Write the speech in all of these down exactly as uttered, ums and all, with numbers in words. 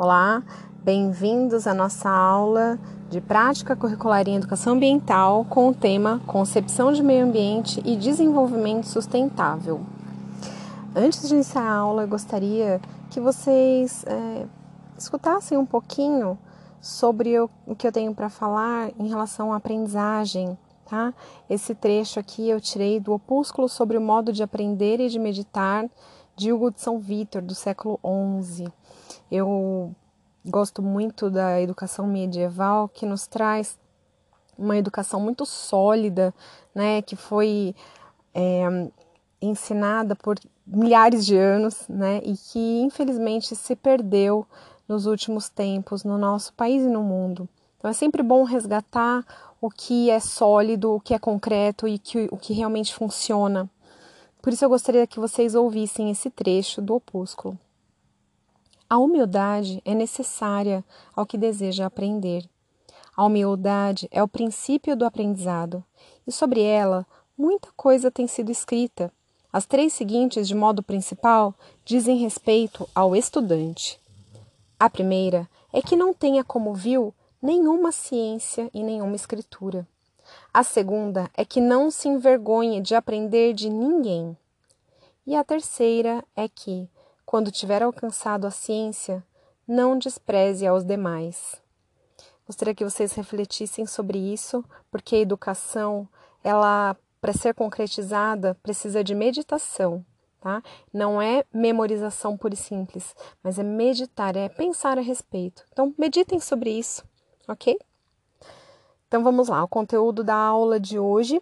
Olá, bem-vindos à nossa aula de Prática Curricular em Educação Ambiental com o tema Concepção de Meio Ambiente e Desenvolvimento Sustentável. Antes de iniciar a aula, eu gostaria que vocês é, escutassem um pouquinho sobre o, o que eu tenho para falar em relação à aprendizagem. Tá? Esse trecho aqui eu tirei do Opúsculo sobre o modo de aprender e de meditar de Hugo de São Vítor, do século onze. Eu gosto muito da educação medieval, que nos traz uma educação muito sólida, né, que foi é, ensinada por milhares de anos, né, e que infelizmente se perdeu nos últimos tempos no nosso país e no mundo. Então é sempre bom resgatar o que é sólido, o que é concreto e que, o que realmente funciona. Por isso eu gostaria que vocês ouvissem esse trecho do Opúsculo. A humildade é necessária ao que deseja aprender. A humildade é o princípio do aprendizado, e sobre ela muita coisa tem sido escrita. As três seguintes, de modo principal, dizem respeito ao estudante. A primeira é que não tenha como vil nenhuma ciência e nenhuma escritura. A segunda é que não se envergonhe de aprender de ninguém. E a terceira é que, quando tiver alcançado a ciência, não despreze aos demais. Gostaria que vocês refletissem sobre isso, porque a educação, ela, para ser concretizada, precisa de meditação, tá? Não é memorização pura e simples, mas é meditar, é pensar a respeito. Então, meditem sobre isso, ok? Então, vamos lá. O conteúdo da aula de hoje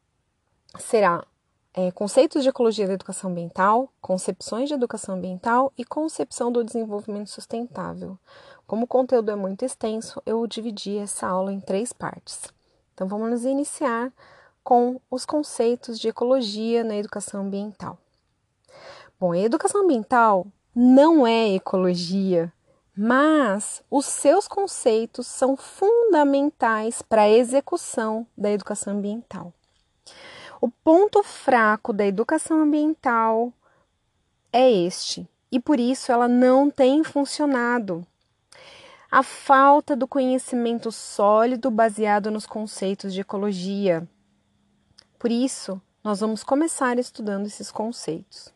será É, conceitos de ecologia da educação ambiental, concepções de educação ambiental e concepção do desenvolvimento sustentável. Como o conteúdo é muito extenso, eu dividi essa aula em três partes. Então, vamos iniciar com os conceitos de ecologia na educação ambiental. Bom, a educação ambiental não é ecologia, mas os seus conceitos são fundamentais para a execução da educação ambiental. O ponto fraco da educação ambiental é este, e por isso ela não tem funcionado. A falta do conhecimento sólido baseado nos conceitos de ecologia. Por isso, nós vamos começar estudando esses conceitos.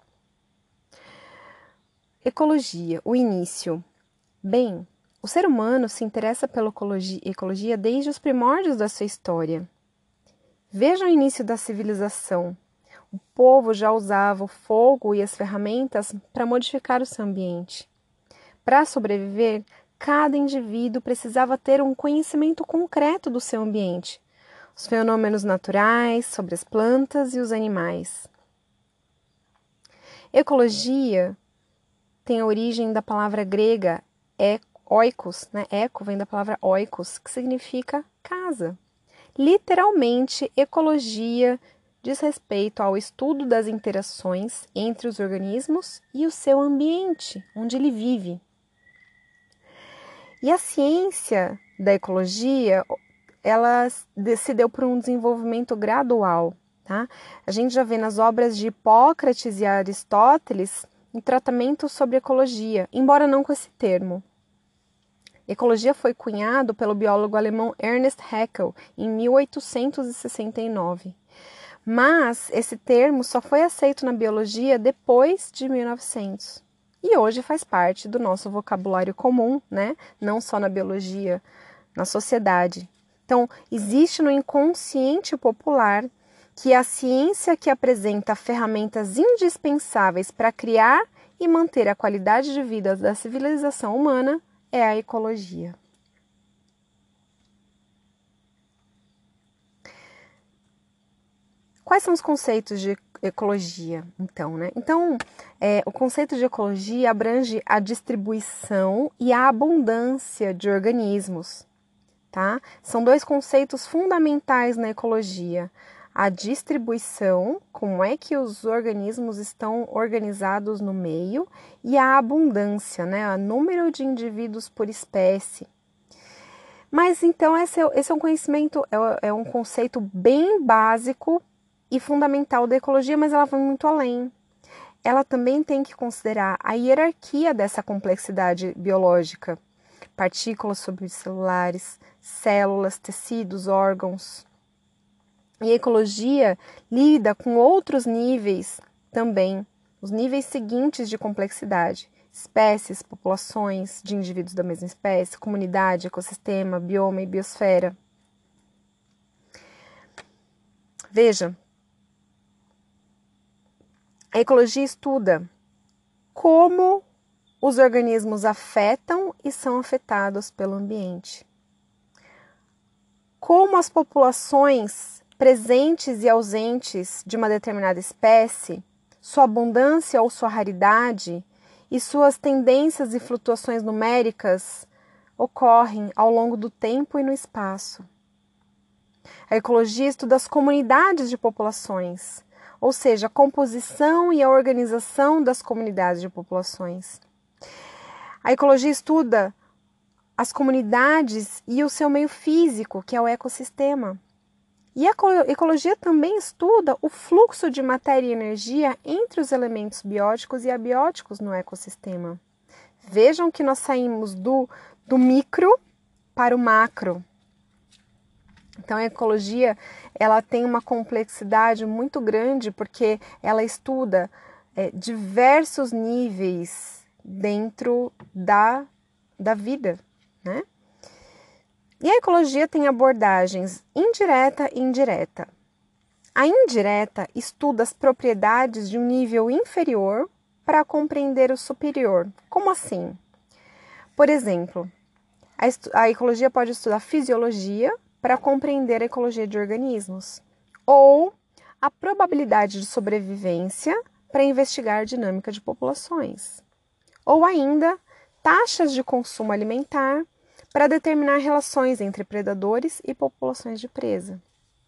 Ecologia, o início. Bem, o ser humano se interessa pela ecologia desde os primórdios da sua história. Veja o início da civilização. O povo já usava o fogo e as ferramentas para modificar o seu ambiente. Para sobreviver, cada indivíduo precisava ter um conhecimento concreto do seu ambiente, os fenômenos naturais, sobre as plantas e os animais. Ecologia tem a origem da palavra grega oikos, né? Eco vem da palavra oikos, que significa casa. Literalmente, ecologia diz respeito ao estudo das interações entre os organismos e o seu ambiente, onde ele vive. E a ciência da ecologia, ela se deu por um desenvolvimento gradual, tá? A gente já vê nas obras de Hipócrates e Aristóteles um tratamento sobre ecologia, embora não com esse termo. Ecologia foi cunhado pelo biólogo alemão Ernst Haeckel em mil oitocentos e sessenta e nove, mas esse termo só foi aceito na biologia depois de mil e novecentos e hoje faz parte do nosso vocabulário comum, né? Não só na biologia, na sociedade. Então, existe no inconsciente popular que a ciência que apresenta ferramentas indispensáveis para criar e manter a qualidade de vida da civilização humana é a ecologia. Quais são os conceitos de ecologia, então, né? Então, é, o conceito de ecologia abrange a distribuição e a abundância de organismos, tá? São dois conceitos fundamentais na ecologia. A distribuição, como é que os organismos estão organizados no meio, e a abundância, né? O número de indivíduos por espécie. Mas então esse é, esse é um conhecimento, é, é um conceito bem básico e fundamental da ecologia, mas ela vai muito além. ela também tem que considerar a hierarquia dessa complexidade biológica, partículas subcelulares, células, tecidos, órgãos. E a ecologia lida com outros níveis também, os níveis seguintes de complexidade: espécies, populações de indivíduos da mesma espécie, comunidade, ecossistema, bioma e biosfera. Veja, a ecologia estuda como os organismos afetam e são afetados pelo ambiente. Como as populações presentes e ausentes de uma determinada espécie, sua abundância ou sua raridade e suas tendências e flutuações numéricas ocorrem ao longo do tempo e no espaço. A ecologia estuda as comunidades de populações, ou seja, a composição e a organização das comunidades de populações. A ecologia estuda as comunidades e o seu meio físico, que é o ecossistema. E a ecologia também estuda o fluxo de matéria e energia entre os elementos bióticos e abióticos no ecossistema. Vejam que nós saímos do, do micro para o macro. Então, a ecologia ela tem uma complexidade muito grande porque ela estuda é, diversos níveis dentro da, da vida, né? E a ecologia tem abordagens indireta e indireta. A indireta estuda as propriedades de um nível inferior para compreender o superior. Como assim? Por exemplo, a, a ecologia pode estudar fisiologia para compreender a ecologia de organismos, ou a probabilidade de sobrevivência para investigar a dinâmica de populações, ou ainda taxas de consumo alimentar para determinar relações entre predadores e populações de presa.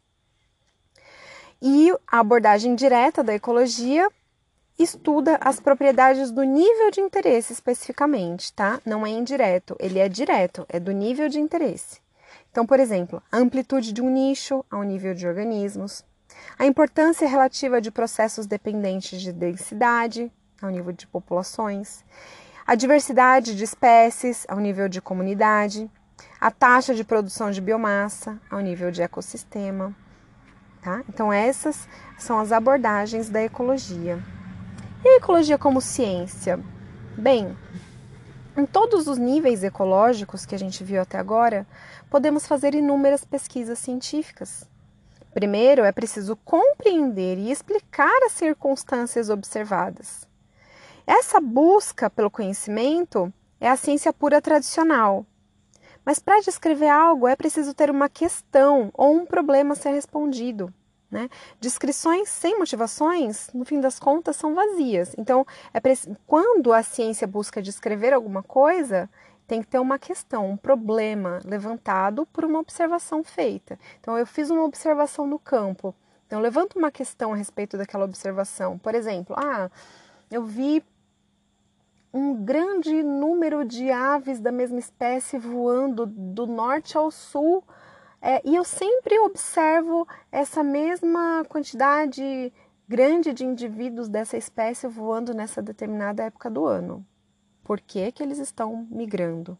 E a abordagem direta da ecologia estuda as propriedades do nível de interesse especificamente, tá? Não é indireto, ele é direto, é do nível de interesse. Então, por exemplo, a amplitude de um nicho ao nível de organismos, a importância relativa de processos dependentes de densidade ao nível de populações, a diversidade de espécies ao nível de comunidade, a taxa de produção de biomassa ao nível de ecossistema. Tá? Então, essas são as abordagens da ecologia. E a ecologia como ciência? Bem, em todos os níveis ecológicos que a gente viu até agora, podemos fazer inúmeras pesquisas científicas. Primeiro, é preciso compreender e explicar as circunstâncias observadas. Essa busca pelo conhecimento é a ciência pura tradicional. Mas para descrever algo é preciso ter uma questão ou um problema a ser respondido. Né? Descrições sem motivações, no fim das contas, são vazias. Então, é preciso, quando a ciência busca descrever alguma coisa, tem que ter uma questão, um problema levantado por uma observação feita. Então, eu fiz uma observação no campo. Então, eu levanto uma questão a respeito daquela observação. Por exemplo, ah, eu vi um grande número de aves da mesma espécie voando do norte ao sul. É, e eu sempre observo essa mesma quantidade grande de indivíduos dessa espécie voando nessa determinada época do ano. Por que que eles estão migrando?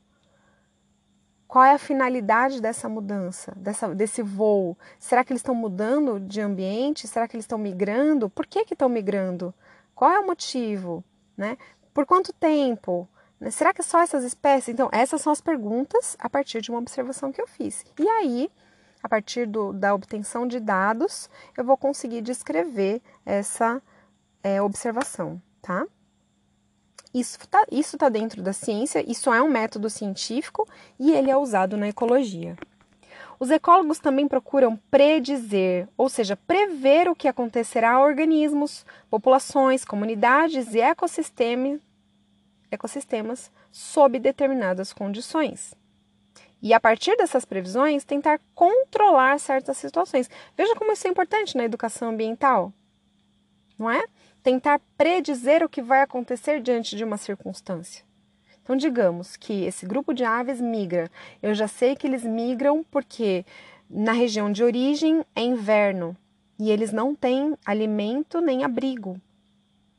Qual é a finalidade dessa mudança, dessa, desse voo? Será que eles estão mudando de ambiente? Será que eles estão migrando? Por que que estão migrando? Qual é o motivo? Né? Por quanto tempo? Será que é só essas espécies? Então, essas são as perguntas a partir de uma observação que eu fiz. E aí, a partir do, da obtenção de dados, eu vou conseguir descrever essa é, observação, tá? Isso tá, isso tá dentro da ciência, isso é um método científico e ele é usado na ecologia. Os ecólogos também procuram predizer, ou seja, prever o que acontecerá a organismos, populações, comunidades e ecossistema, ecossistemas sob determinadas condições. E a partir dessas previsões, tentar controlar certas situações. Veja como isso é importante na educação ambiental, não é? Tentar predizer o que vai acontecer diante de uma circunstância. Então, digamos que esse grupo de aves migra. Eu já sei que eles migram porque na região de origem é inverno e eles não têm alimento nem abrigo.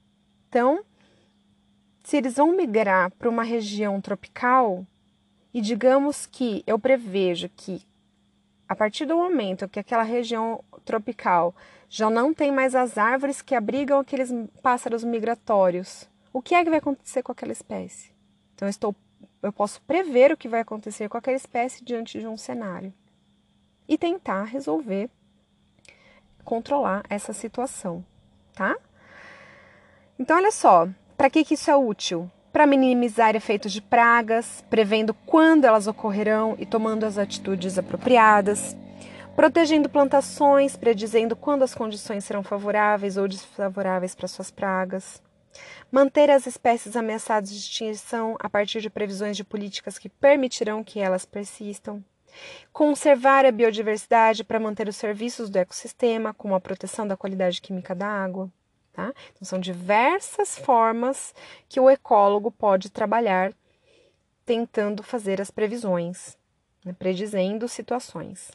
Então, se eles vão migrar para uma região tropical, e digamos que eu prevejo que a partir do momento que aquela região tropical já não tem mais as árvores que abrigam aqueles pássaros migratórios, o que é que vai acontecer com aquela espécie? Então, eu, estou, eu posso prever o que vai acontecer com aquela espécie diante de um cenário e tentar resolver, controlar essa situação, tá? Então, olha só, para que, que isso é útil? Para minimizar efeitos de pragas, prevendo quando elas ocorrerão e tomando as atitudes apropriadas, protegendo plantações, predizendo quando as condições serão favoráveis ou desfavoráveis para suas pragas, manter as espécies ameaçadas de extinção a partir de previsões de políticas que permitirão que elas persistam, conservar a biodiversidade para manter os serviços do ecossistema, como a proteção da qualidade química da água. Tá? Então, são diversas formas que o ecólogo pode trabalhar tentando fazer as previsões, né, predizendo situações.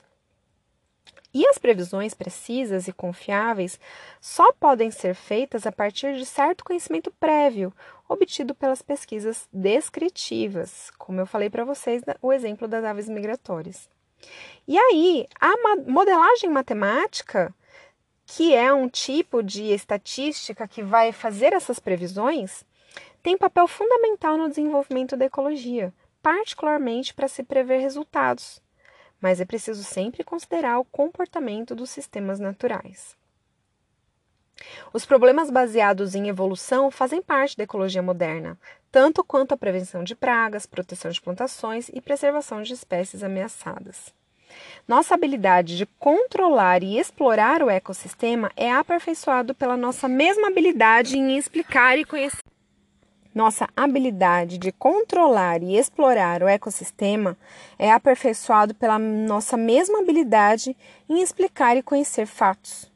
E as previsões precisas e confiáveis só podem ser feitas a partir de certo conhecimento prévio, obtido pelas pesquisas descritivas, como eu falei para vocês, o exemplo das aves migratórias. E aí, a modelagem matemática, que é um tipo de estatística que vai fazer essas previsões, tem papel fundamental no desenvolvimento da ecologia, particularmente para se prever resultados. Mas é preciso sempre considerar o comportamento dos sistemas naturais. Os problemas baseados em evolução fazem parte da ecologia moderna, tanto quanto a prevenção de pragas, proteção de plantações e preservação de espécies ameaçadas. Nossa habilidade de controlar e explorar o ecossistema é aperfeiçoado pela nossa mesma habilidade em explicar e conhecer. Nossa habilidade de controlar e explorar o ecossistema é aperfeiçoado pela nossa mesma habilidade em explicar e conhecer fatos.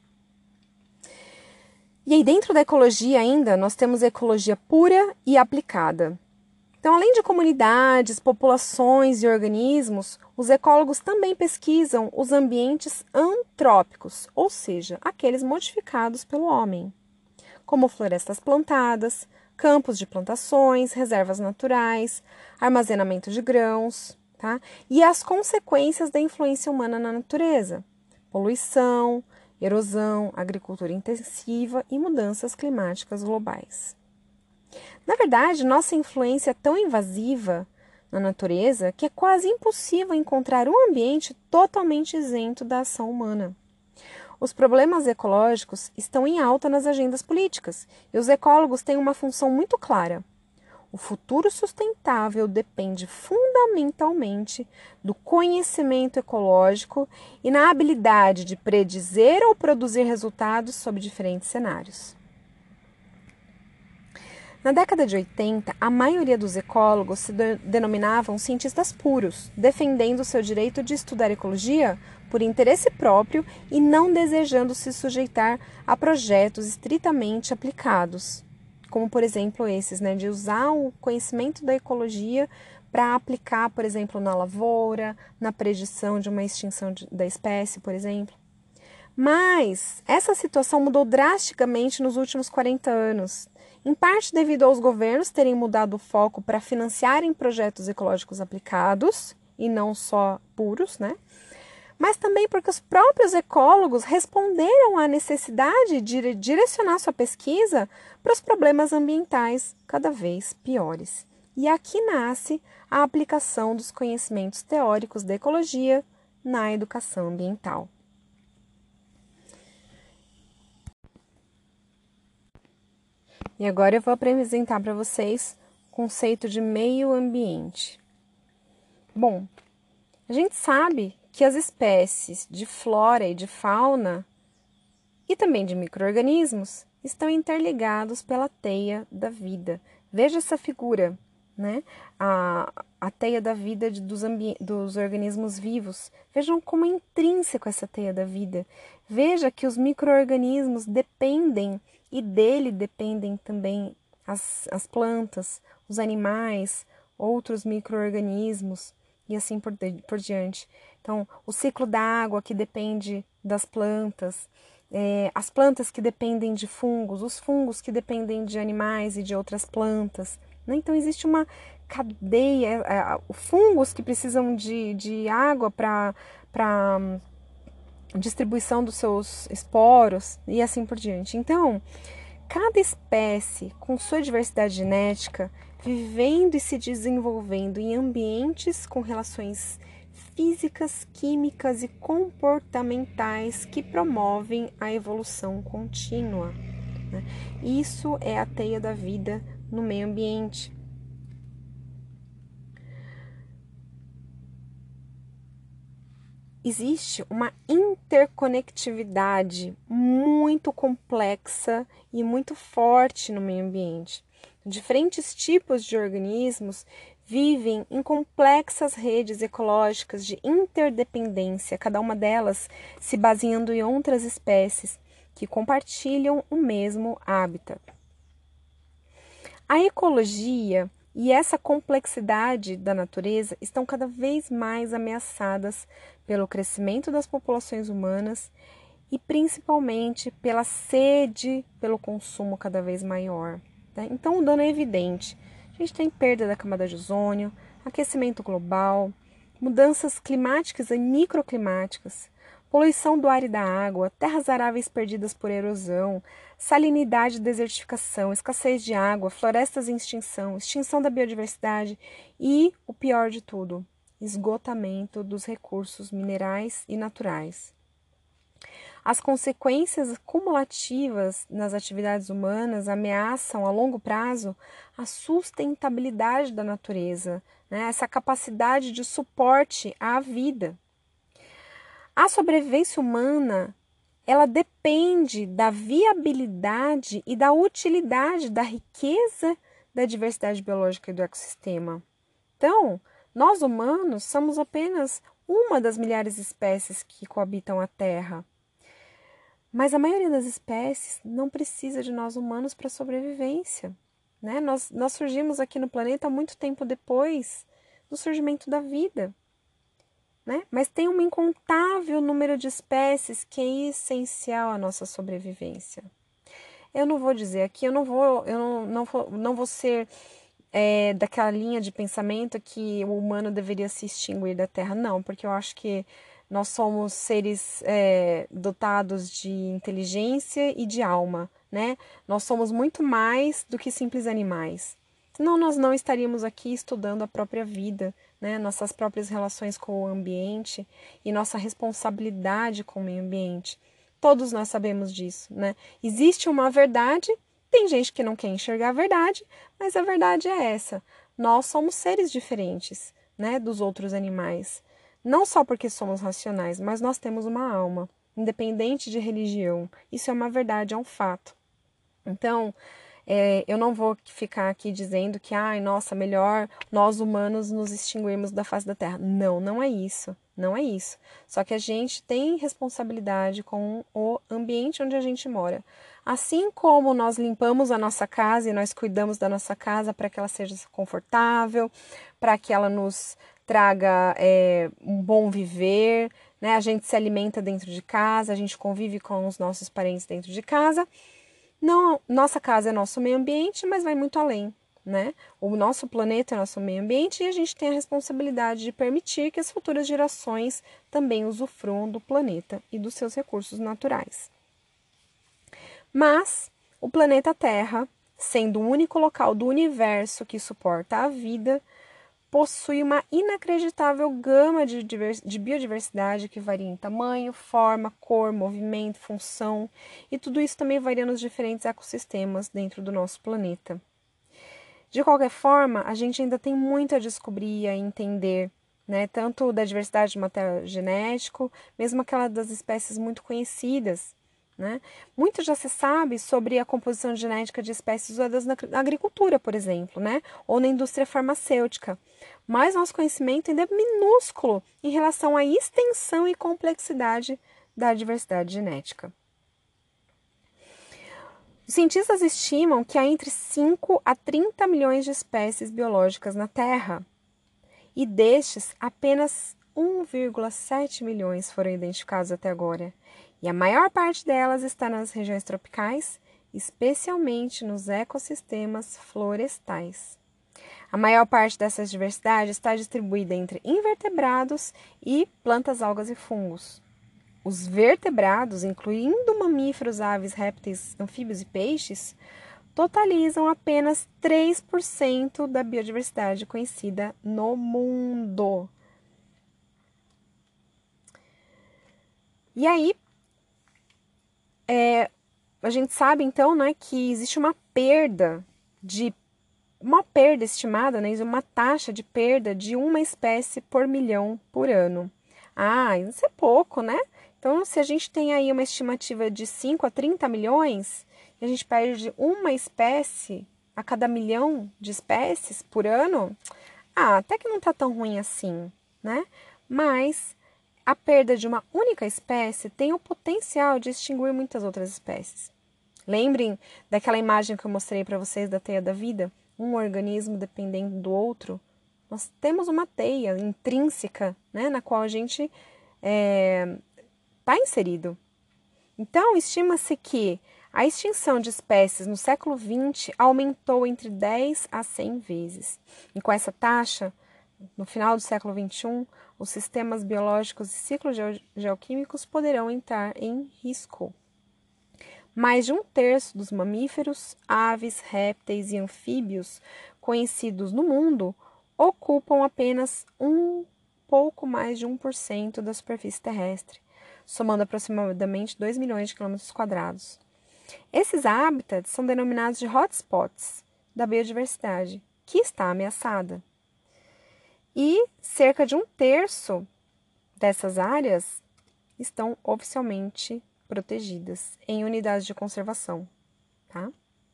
E aí, dentro da ecologia ainda, nós temos ecologia pura e aplicada. Então, além de comunidades, populações e organismos, os ecólogos também pesquisam os ambientes antrópicos, ou seja, aqueles modificados pelo homem, como florestas plantadas, campos de plantações, reservas naturais, armazenamento de grãos, tá? E as consequências da influência humana na natureza, poluição, erosão, agricultura intensiva e mudanças climáticas globais. Na verdade, nossa influência é tão invasiva na natureza que é quase impossível encontrar um ambiente totalmente isento da ação humana. Os problemas ecológicos estão em alta nas agendas políticas e os ecólogos têm uma função muito clara. O futuro sustentável depende fundamentalmente do conhecimento ecológico e na habilidade de predizer ou produzir resultados sob diferentes cenários. Na década de oitenta, a maioria dos ecólogos se de- denominavam cientistas puros, defendendo seu direito de estudar ecologia por interesse próprio e não desejando se sujeitar a projetos estritamente aplicados, como, por exemplo, esses, né, de usar o conhecimento da ecologia para aplicar, por exemplo, na lavoura, na predição de uma extinção de, da espécie, por exemplo. Mas essa situação mudou drasticamente nos últimos quarenta anos, em parte devido aos governos terem mudado o foco para financiarem projetos ecológicos aplicados, e não só puros, né? Mas também porque os próprios ecólogos responderam à necessidade de direcionar sua pesquisa para os problemas ambientais cada vez piores. E aqui nasce a aplicação dos conhecimentos teóricos da ecologia na educação ambiental. E agora eu vou apresentar para vocês o conceito de meio ambiente. Bom, a gente sabe que as espécies de flora e de fauna e também de micro-organismos estão interligados pela teia da vida. Veja essa figura, né? A, a teia da vida de, dos, dos organismos vivos. Vejam como é intrínseco essa teia da vida. Veja que os micro-organismos dependem, e dele dependem também as, as plantas, os animais, outros micro-organismos e assim por, por diante. Então, o ciclo da água que depende das plantas, é, as plantas que dependem de fungos, os fungos que dependem de animais e de outras plantas. Né? Então, existe uma cadeia, é, fungos que precisam de, de água para distribuição dos seus esporos e assim por diante. Então, cada espécie, com sua diversidade genética, vivendo e se desenvolvendo em ambientes com relações físicas, químicas e comportamentais que promovem a evolução contínua. Né? Isso é a teia da vida no meio ambiente. Existe uma interconectividade muito complexa e muito forte no meio ambiente. Diferentes tipos de organismos vivem em complexas redes ecológicas de interdependência, cada uma delas se baseando em outras espécies que compartilham o mesmo hábitat. A ecologia e essa complexidade da natureza estão cada vez mais ameaçadas pelo crescimento das populações humanas e principalmente pela sede pelo consumo cada vez maior. Né? Então o dano é evidente. A gente tem perda da camada de ozônio, aquecimento global, mudanças climáticas e microclimáticas, poluição do ar e da água, terras aráveis perdidas por erosão, salinidade e desertificação, escassez de água, florestas em extinção, extinção da biodiversidade e, o pior de tudo, esgotamento dos recursos minerais e naturais. As consequências cumulativas nas atividades humanas ameaçam a longo prazo a sustentabilidade da natureza, né? Essa capacidade de suporte à vida. A sobrevivência humana, ela depende da viabilidade e da utilidade da riqueza da diversidade biológica e do ecossistema. Então, nós humanos somos apenas uma das milhares de espécies que coabitam a Terra. Mas a maioria das espécies não precisa de nós humanos para sobrevivência. Né? Nós, nós surgimos aqui no planeta muito tempo depois do surgimento da vida. Né? Mas tem um incontável número de espécies que é essencial à nossa sobrevivência. Eu não vou dizer aqui, eu não vou, eu não, não vou, não vou ser é, daquela linha de pensamento que o humano deveria se extinguir da Terra, não, porque eu acho que nós somos seres é, dotados de inteligência e de alma, né? Nós somos muito mais do que simples animais. Senão nós não estaríamos aqui estudando a própria vida, né? Nossas próprias relações com o ambiente e nossa responsabilidade com o meio ambiente. Todos nós sabemos disso, né? Existe uma verdade, tem gente que não quer enxergar a verdade, mas a verdade é essa. Nós somos seres diferentes, né, dos outros animais. Não só porque somos racionais, mas nós temos uma alma, independente de religião. Isso é uma verdade, é um fato. Então, é, eu não vou ficar aqui dizendo que, ai, nossa, melhor nós humanos nos extinguirmos da face da Terra. Não, não é isso. Não é isso. Só que a gente tem responsabilidade com o ambiente onde a gente mora. Assim como nós limpamos a nossa casa e nós cuidamos da nossa casa para que ela seja confortável, para que ela nos traga é, um bom viver, né? A gente se alimenta dentro de casa, a gente convive com os nossos parentes dentro de casa. Não, nossa casa é nosso meio ambiente, mas vai muito além, né? O nosso planeta é nosso meio ambiente e a gente tem a responsabilidade de permitir que as futuras gerações também usufruam do planeta e dos seus recursos naturais. Mas o planeta Terra, sendo o único local do universo que suporta a vida, possui uma inacreditável gama de, de biodiversidade que varia em tamanho, forma, cor, movimento, função, e tudo isso também varia nos diferentes ecossistemas dentro do nosso planeta. De qualquer forma, a gente ainda tem muito a descobrir e a entender, né, tanto da diversidade de material genético, mesmo aquela das espécies muito conhecidas. Né? Muito já se sabe sobre a composição genética de espécies usadas na agricultura, por exemplo, né? Ou na indústria farmacêutica, mas nosso conhecimento ainda é minúsculo em relação à extensão e complexidade da diversidade genética. Os cientistas estimam que há entre cinco a trinta milhões de espécies biológicas na Terra, e destes, apenas um vírgula sete milhões foram identificados até agora. E a maior parte delas está nas regiões tropicais, especialmente nos ecossistemas florestais. A maior parte dessa diversidade está distribuída entre invertebrados e plantas, algas e fungos. Os vertebrados, incluindo mamíferos, aves, répteis, anfíbios e peixes, totalizam apenas três por cento da biodiversidade conhecida no mundo. E aí, é, a gente sabe então, né, que existe uma perda de uma perda estimada, né, uma taxa de perda de uma espécie por milhão por ano. Ah, isso é pouco, né? Então, se a gente tem aí uma estimativa de cinco a trinta milhões, e a gente perde uma espécie a cada milhão de espécies por ano, ah, até que não tá tão ruim assim, né? Mas a perda de uma única espécie tem o potencial de extinguir muitas outras espécies. Lembrem daquela imagem que eu mostrei para vocês da teia da vida? Um organismo dependendo do outro. Nós temos uma teia intrínseca, né, na qual a gente está é, inserido. Então, estima-se que a extinção de espécies no século vinte aumentou entre dez a cem vezes. E com essa taxa, no final do século vinte e um, os sistemas biológicos e ciclos geoquímicos poderão entrar em risco. Mais de um terço dos mamíferos, aves, répteis e anfíbios conhecidos no mundo ocupam apenas um pouco mais de um por cento da superfície terrestre, somando aproximadamente dois milhões de quilômetros quadrados. Esses hábitats são denominados de hotspots da biodiversidade, que está ameaçada. E cerca de um terço dessas áreas estão oficialmente protegidas em unidades de conservação, tá?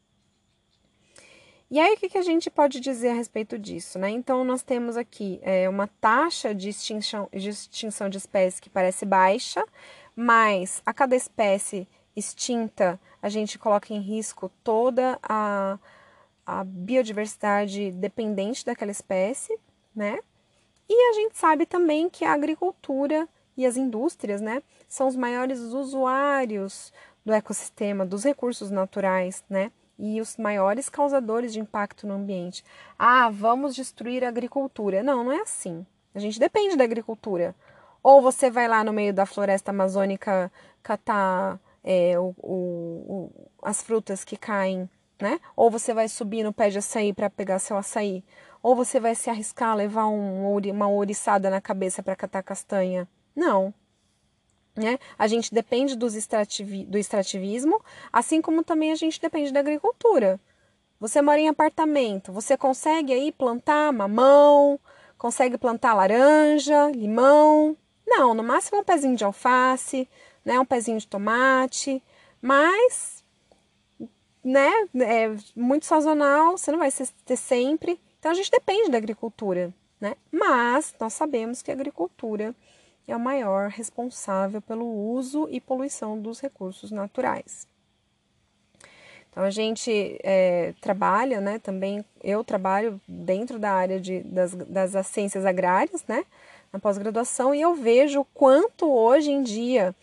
E aí, o que, que a gente pode dizer a respeito disso, né? Então, nós temos aqui é, uma taxa de extinção, de extinção de espécies que parece baixa, mas a cada espécie extinta, a gente coloca em risco toda a, a biodiversidade dependente daquela espécie, né? E a gente sabe também que a agricultura e as indústrias, né, são os maiores usuários do ecossistema, dos recursos naturais, né, e os maiores causadores de impacto no ambiente. Ah, vamos destruir a agricultura. Não, não é assim. A gente depende da agricultura. Ou você vai lá no meio da floresta amazônica catar é, o, o, o, as frutas que caem, né? Ou você vai subir no pé de açaí para pegar seu açaí. Ou você vai se arriscar a levar um, uma ouriçada na cabeça para catar castanha. Não. Né? A gente depende dos extrativi- do extrativismo, assim como também a gente depende da agricultura. Você mora em apartamento, você consegue aí plantar mamão, consegue plantar laranja, limão. Não, no máximo um pezinho de alface, né? Um pezinho de tomate, mas, né, é muito sazonal, você não vai ter sempre. Então, a gente depende da agricultura, né? Mas nós sabemos que a agricultura é o maior responsável pelo uso e poluição dos recursos naturais. Então, a gente é, trabalha, né, também, eu trabalho dentro da área de, das, das ciências agrárias, né, na pós-graduação, e eu vejo o quanto hoje em dia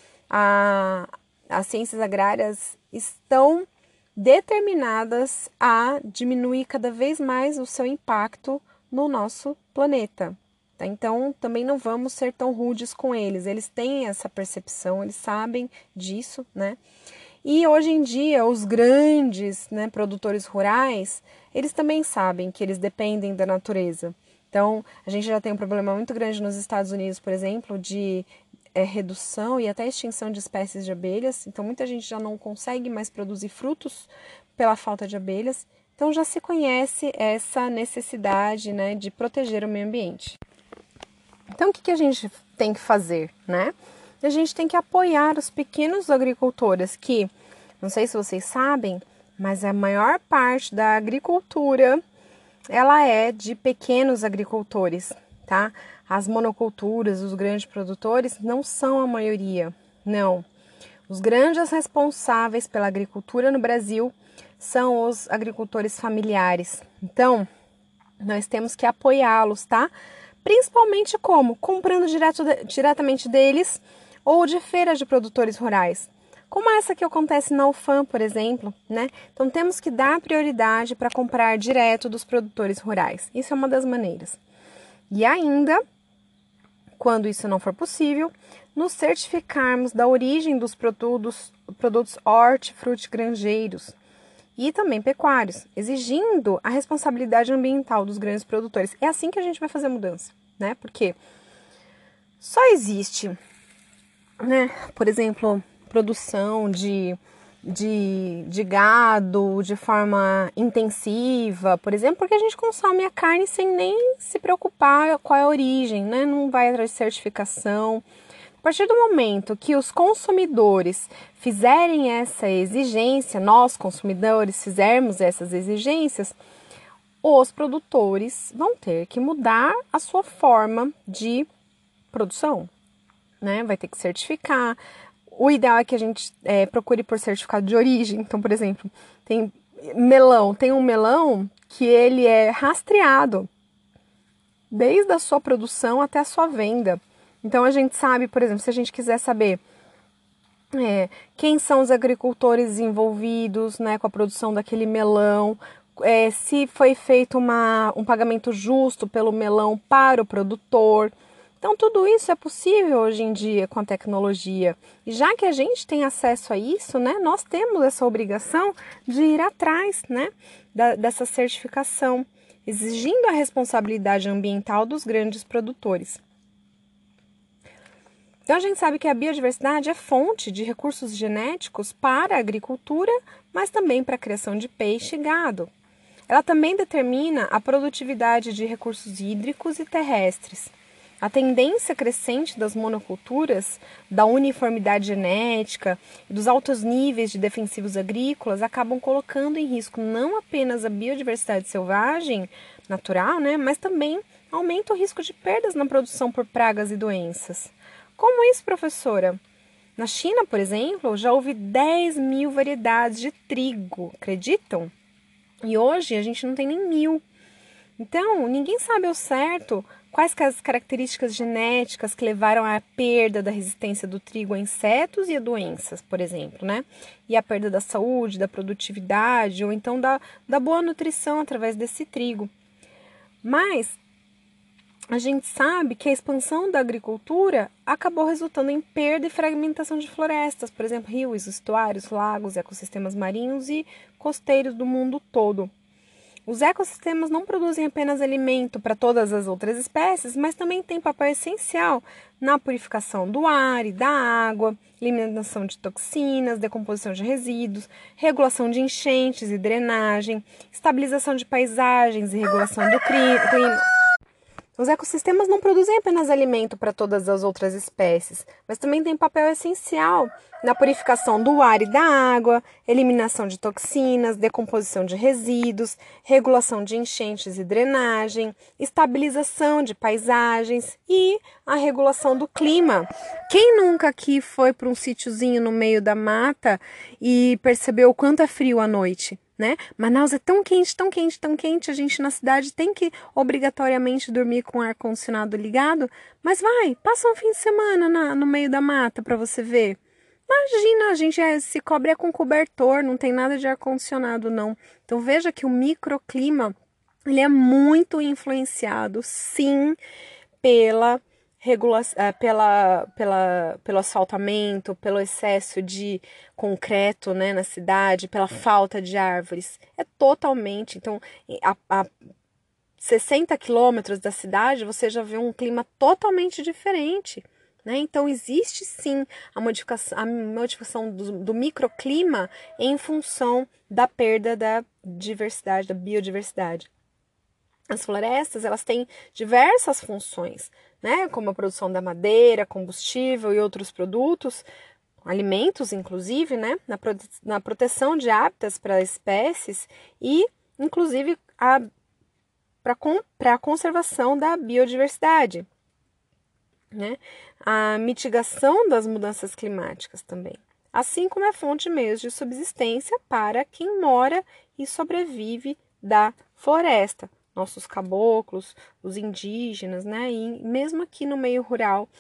a, as ciências agrárias estão determinadas a diminuir cada vez mais o seu impacto no nosso planeta. Tá? Então, também não vamos ser tão rudes com eles. Eles têm essa percepção, eles sabem disso, né? E hoje em dia, os grandes, né, produtores rurais, eles também sabem que eles dependem da natureza. Então, a gente já tem um problema muito grande nos Estados Unidos, por exemplo, de é, redução e até extinção de espécies de abelhas. Então, muita gente já não consegue mais produzir frutos pela falta de abelhas. Então, já se conhece essa necessidade, né, de proteger o meio ambiente. Então, o que, que a gente tem que fazer, né? A gente tem que apoiar os pequenos agricultores que, não sei se vocês sabem, mas a maior parte da agricultura, ela é de pequenos agricultores, tá? As monoculturas, os grandes produtores, não são a maioria, não. Os grandes responsáveis pela agricultura no Brasil são os agricultores familiares. Então, nós temos que apoiá-los, tá? Principalmente como? Comprando direto, diretamente deles ou de feiras de produtores rurais, como essa que acontece na U F A M, por exemplo, né? Então temos que dar prioridade para comprar direto dos produtores rurais. Isso é uma das maneiras. E ainda, quando isso não for possível, nos certificarmos da origem dos produtos, produtos hortifrutigranjeiros e também pecuários, exigindo a responsabilidade ambiental dos grandes produtores. É assim que a gente vai fazer a mudança, né? Porque só existe, né, por exemplo, produção de, de, de gado de forma intensiva, por exemplo, porque a gente consome a carne sem nem se preocupar qual é a origem, né? Não vai atrás de certificação. A partir do momento que os consumidores fizerem essa exigência, nós consumidores fizermos essas exigências, os produtores vão ter que mudar a sua forma de produção, né? Vai ter que certificar. O ideal é que a gente é, procure por certificado de origem. Então, por exemplo, tem melão, tem um melão que ele é rastreado desde a sua produção até a sua venda. Então, a gente sabe, por exemplo, se a gente quiser saber é, quem são os agricultores envolvidos, né, com a produção daquele melão, é, se foi feito uma, um pagamento justo pelo melão para o produtor. Então, tudo isso é possível hoje em dia com a tecnologia. E já que a gente tem acesso a isso, né, nós temos essa obrigação de ir atrás, né, da, dessa certificação, exigindo a responsabilidade ambiental dos grandes produtores. Então, a gente sabe que a biodiversidade é fonte de recursos genéticos para a agricultura, mas também para a criação de peixe e gado. Ela também determina a produtividade de recursos hídricos e terrestres. A tendência crescente das monoculturas, da uniformidade genética e dos altos níveis de defensivos agrícolas acabam colocando em risco não apenas a biodiversidade selvagem natural, né, mas também aumenta o risco de perdas na produção por pragas e doenças. Como isso, professora? Na China, por exemplo, já houve dez mil variedades de trigo, acreditam? E hoje a gente não tem nem mil. Então, ninguém sabe ao certo quais as características genéticas que levaram à perda da resistência do trigo a insetos e a doenças, por exemplo, né? E a perda da saúde, da produtividade, ou então da, da boa nutrição através desse trigo. Mas a gente sabe que a expansão da agricultura acabou resultando em perda e fragmentação de florestas, por exemplo, rios, estuários, lagos, ecossistemas marinhos e costeiros do mundo todo. Os ecossistemas não produzem apenas alimento para todas as outras espécies, mas também têm papel essencial na purificação do ar e da água, eliminação de toxinas, decomposição de resíduos, regulação de enchentes e drenagem, estabilização de paisagens e regulação do clima. Os ecossistemas não produzem apenas alimento para todas as outras espécies, mas também têm papel essencial na purificação do ar e da água, eliminação de toxinas, decomposição de resíduos, regulação de enchentes e drenagem, estabilização de paisagens e a regulação do clima. Quem nunca aqui foi para um sítiozinho no meio da mata e percebeu o quanto é frio à noite? Né? Manaus é tão quente, tão quente, tão quente, a gente na cidade tem que obrigatoriamente dormir com o ar-condicionado ligado, mas vai, passa um fim de semana na, no meio da mata para você ver. Imagina, a gente é, se cobre é com cobertor, não tem nada de ar-condicionado não. Então veja que o microclima, ele é muito influenciado, sim, pela Regula pela, pela, pelo asfaltamento, pelo excesso de concreto, né, na cidade, pela falta de árvores. É totalmente. Então, a, a sessenta quilômetros da cidade, você já vê um clima totalmente diferente. Né? Então, existe sim a modificação, a modificação do, do microclima em função da perda da diversidade, da biodiversidade. As florestas, elas têm diversas funções, né? Como a produção da madeira, combustível e outros produtos, alimentos inclusive, né? Na, prote na proteção de hábitats para espécies e, inclusive, para con a conservação da biodiversidade, né? A mitigação das mudanças climáticas também, assim como é fonte de meios de subsistência para quem mora e sobrevive da floresta. Nossos caboclos, os indígenas, né? E mesmo aqui no meio rural,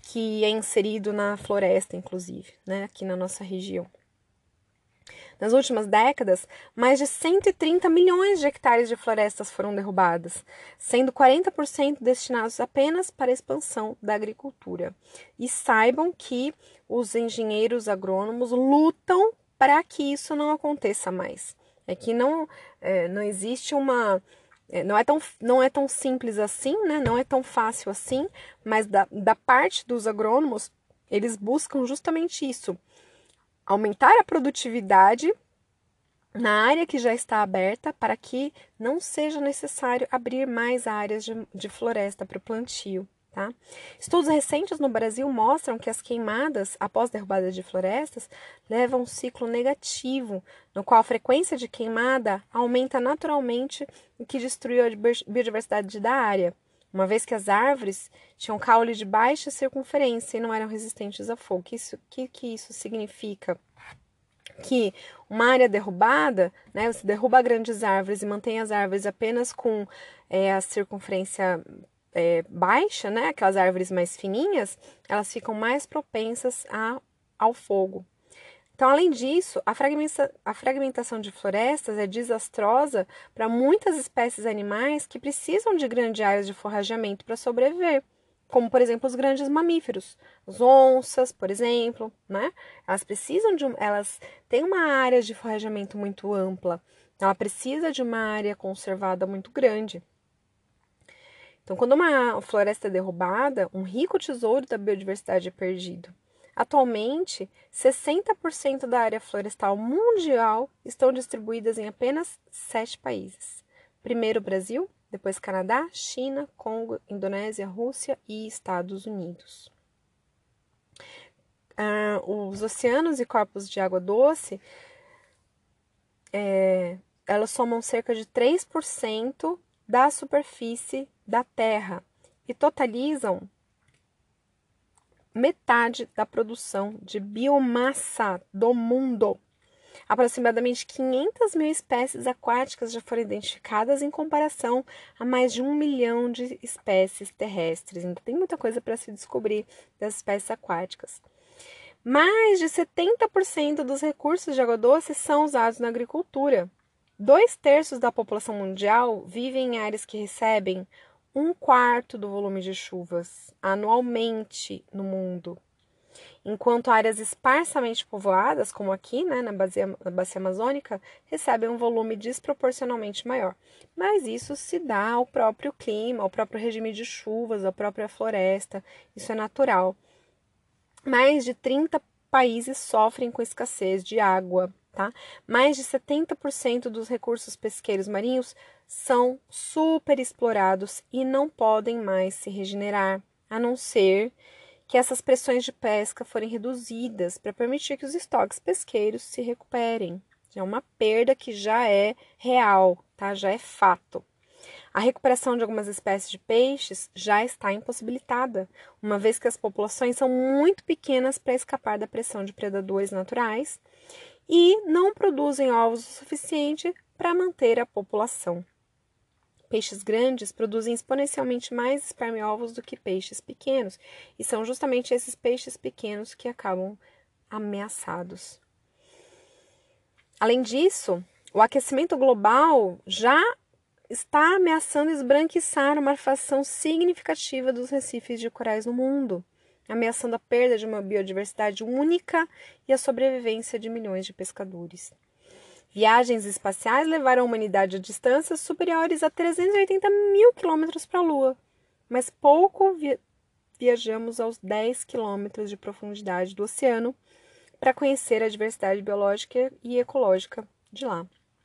que é inserido na floresta, inclusive, né, aqui na nossa região. Nas últimas décadas, mais de cento e trinta milhões de hectares de florestas foram derrubadas, sendo quarenta por cento destinados apenas para a expansão da agricultura. E saibam que os engenheiros agrônomos lutam para que isso não aconteça mais. É que não, é, não existe uma... É, não, é tão, não é tão simples assim, né? Não é tão fácil assim, mas da, da parte dos agrônomos, eles buscam justamente isso. Aumentar a produtividade na área que já está aberta para que não seja necessário abrir mais áreas de, de floresta para o plantio. Tá? Estudos recentes no Brasil mostram que as queimadas após derrubada de florestas levam um ciclo negativo, no qual a frequência de queimada aumenta naturalmente, o que destruiu a biodiversidade da área, uma vez que as árvores tinham caule de baixa circunferência e não eram resistentes a fogo. O isso, que, que isso significa? Que uma área derrubada, né, você derruba grandes árvores e mantém as árvores apenas com é, a circunferência é, baixa, né, aquelas árvores mais fininhas, elas ficam mais propensas a, ao fogo. Então, além disso, a, fragmenta, a fragmentação de florestas é desastrosa para muitas espécies animais que precisam de grandes áreas de forrageamento para sobreviver, como, por exemplo, os grandes mamíferos, as onças, por exemplo, né? Elas precisam de, elas têm uma área de forrageamento muito ampla, ela precisa de uma área conservada muito grande. Então, quando uma floresta é derrubada, um rico tesouro da biodiversidade é perdido. Atualmente, sessenta por cento da área florestal mundial estão distribuídas em apenas sete países. Primeiro o Brasil, depois Canadá, China, Congo, Indonésia, Rússia e Estados Unidos. Ah, os oceanos e corpos de água doce, é, elas somam cerca de três por cento da superfície da Terra e totalizam metade da produção de biomassa do mundo. Aproximadamente quinhentas mil espécies aquáticas já foram identificadas em comparação a mais de um milhão de espécies terrestres. Então, tem muita coisa para se descobrir das espécies aquáticas. Mais de setenta por cento dos recursos de água doce são usados na agricultura. Dois terços da população mundial vivem em áreas que recebem um quarto do volume de chuvas anualmente no mundo, enquanto áreas esparsamente povoadas, como aqui, né, na bacia, na bacia amazônica, recebem um volume desproporcionalmente maior. Mas isso se dá ao próprio clima, ao próprio regime de chuvas, à própria floresta, isso é natural. Mais de trinta países sofrem com escassez de água, tá? Mais de setenta por cento dos recursos pesqueiros marinhos são superexplorados e não podem mais se regenerar, a não ser que essas pressões de pesca forem reduzidas para permitir que os estoques pesqueiros se recuperem. É uma perda que já é real, tá? Já é fato. A recuperação de algumas espécies de peixes já está impossibilitada, uma vez que as populações são muito pequenas para escapar da pressão de predadores naturais e não produzem ovos o suficiente para manter a população. Peixes grandes produzem exponencialmente mais espermioovos do que peixes pequenos, e são justamente esses peixes pequenos que acabam ameaçados. Além disso, o aquecimento global já está ameaçando esbranquiçar uma fração significativa dos recifes de corais no mundo, ameaçando a perda de uma biodiversidade única e a sobrevivência de milhões de pescadores. Viagens espaciais levaram a humanidade a distâncias superiores a trezentos e oitenta mil quilômetros para a Lua, mas pouco vi- viajamos aos dez quilômetros de profundidade do oceano para conhecer a diversidade biológica e ecológica de lá.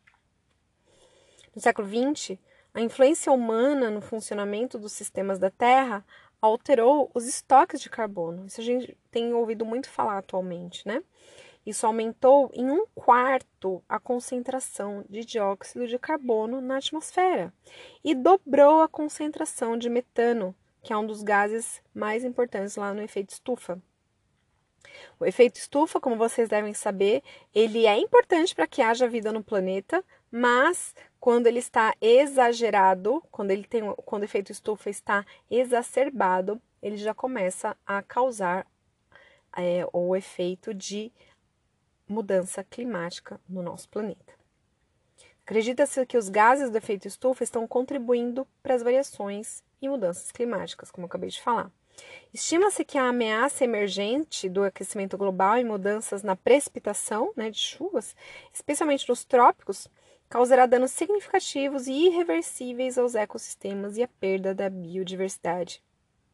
No século vinte, a influência humana no funcionamento dos sistemas da Terra alterou os estoques de carbono. Isso a gente tem ouvido muito falar atualmente, né? Isso aumentou em um quarto a concentração de dióxido de carbono na atmosfera e dobrou a concentração de metano, que é um dos gases mais importantes lá no efeito estufa. O efeito estufa, como vocês devem saber, ele é importante para que haja vida no planeta, mas quando ele está exagerado, quando, ele tem, quando o efeito estufa está exacerbado, ele já começa a causar é, o efeito de mudança climática no nosso planeta. Acredita-se que os gases do efeito estufa estão contribuindo para as variações e mudanças climáticas, como eu acabei de falar. Estima-se que a ameaça emergente do aquecimento global e mudanças na precipitação, né, de chuvas, especialmente nos trópicos, causará danos significativos e irreversíveis aos ecossistemas e a perda da biodiversidade.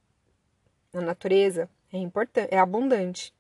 A natureza é importante, é abundante.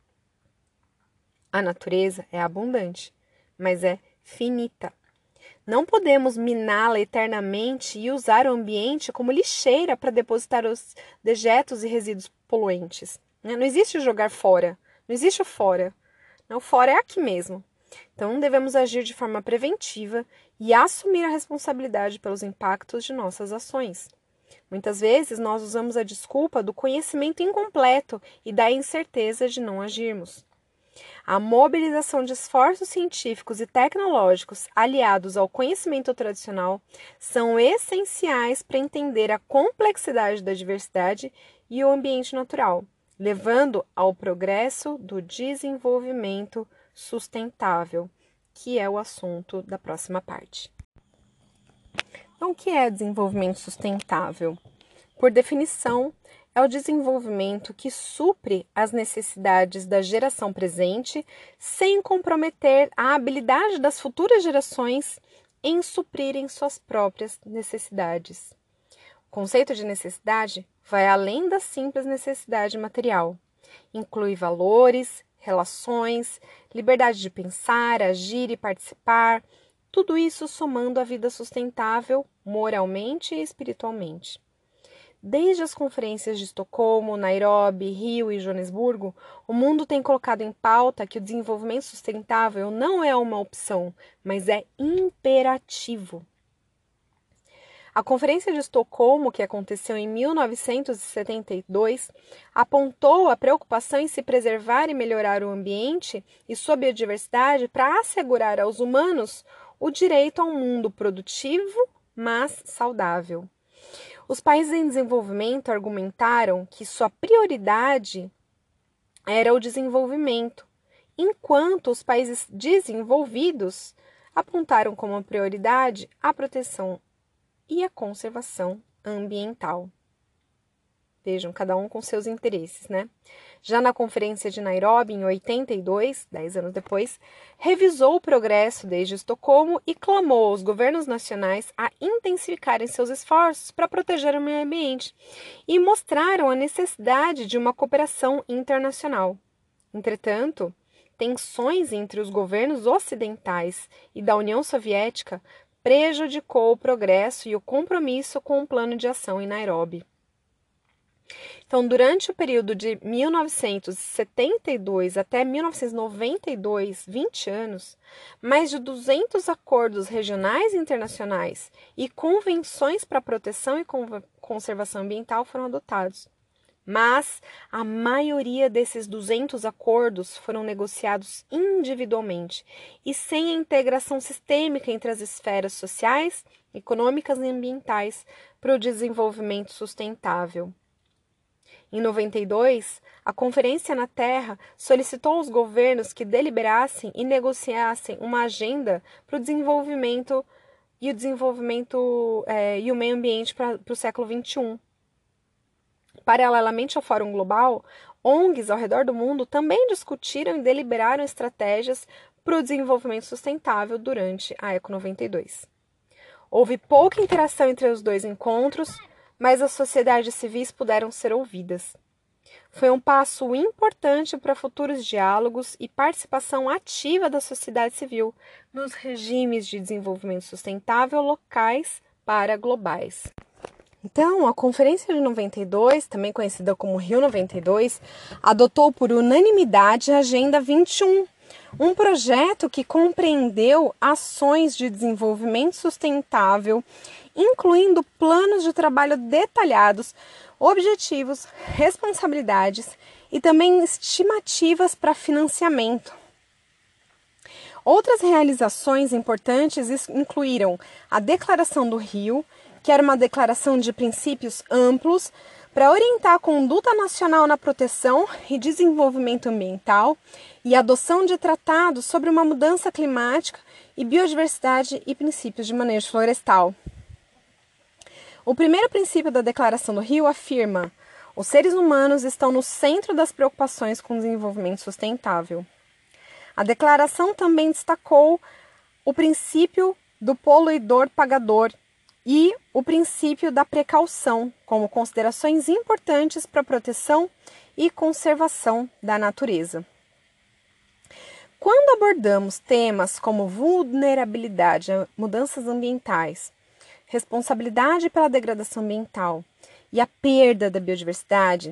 A natureza é abundante, mas é finita. Não podemos miná-la eternamente e usar o ambiente como lixeira para depositar os dejetos e resíduos poluentes. Não existe jogar fora, não existe o fora. O fora é aqui mesmo. Então, devemos agir de forma preventiva e assumir a responsabilidade pelos impactos de nossas ações. Muitas vezes, nós usamos a desculpa do conhecimento incompleto e da incerteza de não agirmos. A mobilização de esforços científicos e tecnológicos aliados ao conhecimento tradicional são essenciais para entender a complexidade da diversidade e o ambiente natural, levando ao progresso do desenvolvimento sustentável, que é o assunto da próxima parte. Então, o que é desenvolvimento sustentável? Por definição, é o desenvolvimento que supre as necessidades da geração presente sem comprometer a habilidade das futuras gerações em suprirem suas próprias necessidades. O conceito de necessidade vai além da simples necessidade material. Inclui valores, relações, liberdade de pensar, agir e participar, tudo isso somando a vida sustentável moralmente e espiritualmente. Desde as conferências de Estocolmo, Nairobi, Rio e Joanesburgo, o mundo tem colocado em pauta que o desenvolvimento sustentável não é uma opção, mas é imperativo. A Conferência de Estocolmo, que aconteceu em mil novecentos e setenta e dois, apontou a preocupação em se preservar e melhorar o ambiente e sua biodiversidade para assegurar aos humanos o direito a um mundo produtivo, mas saudável. Os países em desenvolvimento argumentaram que sua prioridade era o desenvolvimento, enquanto os países desenvolvidos apontaram como prioridade a proteção e a conservação ambiental. Vejam, cada um com seus interesses, né? Já na Conferência de Nairobi, em oitenta e dois, dez anos depois, revisou o progresso desde Estocolmo e clamou aos governos nacionais a intensificarem seus esforços para proteger o meio ambiente e mostraram a necessidade de uma cooperação internacional. Entretanto, tensões entre os governos ocidentais e da União Soviética prejudicou o progresso e o compromisso com o plano de ação em Nairobi. Então, durante o período de mil novecentos e setenta e dois até mil novecentos e noventa e dois, vinte anos, mais de duzentos acordos regionais e internacionais e convenções para proteção e conservação ambiental foram adotados. Mas a maioria desses duzentos acordos foram negociados individualmente e sem a integração sistêmica entre as esferas sociais, econômicas e ambientais para o desenvolvimento sustentável. Em noventa e dois, a Conferência na Terra solicitou aos governos que deliberassem e negociassem uma agenda para o desenvolvimento e o desenvolvimento é, e o meio ambiente para, para o século vinte e um. Paralelamente ao Fórum Global, O N Gs ao redor do mundo também discutiram e deliberaram estratégias para o desenvolvimento sustentável durante a Eco noventa e dois. Houve pouca interação entre os dois encontros, mas as sociedades civis puderam ser ouvidas. Foi um passo importante para futuros diálogos e participação ativa da sociedade civil nos regimes de desenvolvimento sustentável locais para globais. Então, a Conferência de noventa e dois, também conhecida como Rio noventa e dois, adotou por unanimidade a Agenda vinte e um, um projeto que compreendeu ações de desenvolvimento sustentável, incluindo planos de trabalho detalhados, objetivos, responsabilidades e também estimativas para financiamento. Outras realizações importantes incluíram a Declaração do Rio, que era uma declaração de princípios amplos para orientar a conduta nacional na proteção e desenvolvimento ambiental e a adoção de tratados sobre uma mudança climática e biodiversidade e princípios de manejo florestal. O primeiro princípio da Declaração do Rio afirma: os seres humanos estão no centro das preocupações com o desenvolvimento sustentável. A declaração também destacou o princípio do poluidor pagador e o princípio da precaução como considerações importantes para a proteção e conservação da natureza. Quando abordamos temas como vulnerabilidade a mudanças ambientais, responsabilidade pela degradação ambiental e a perda da biodiversidade,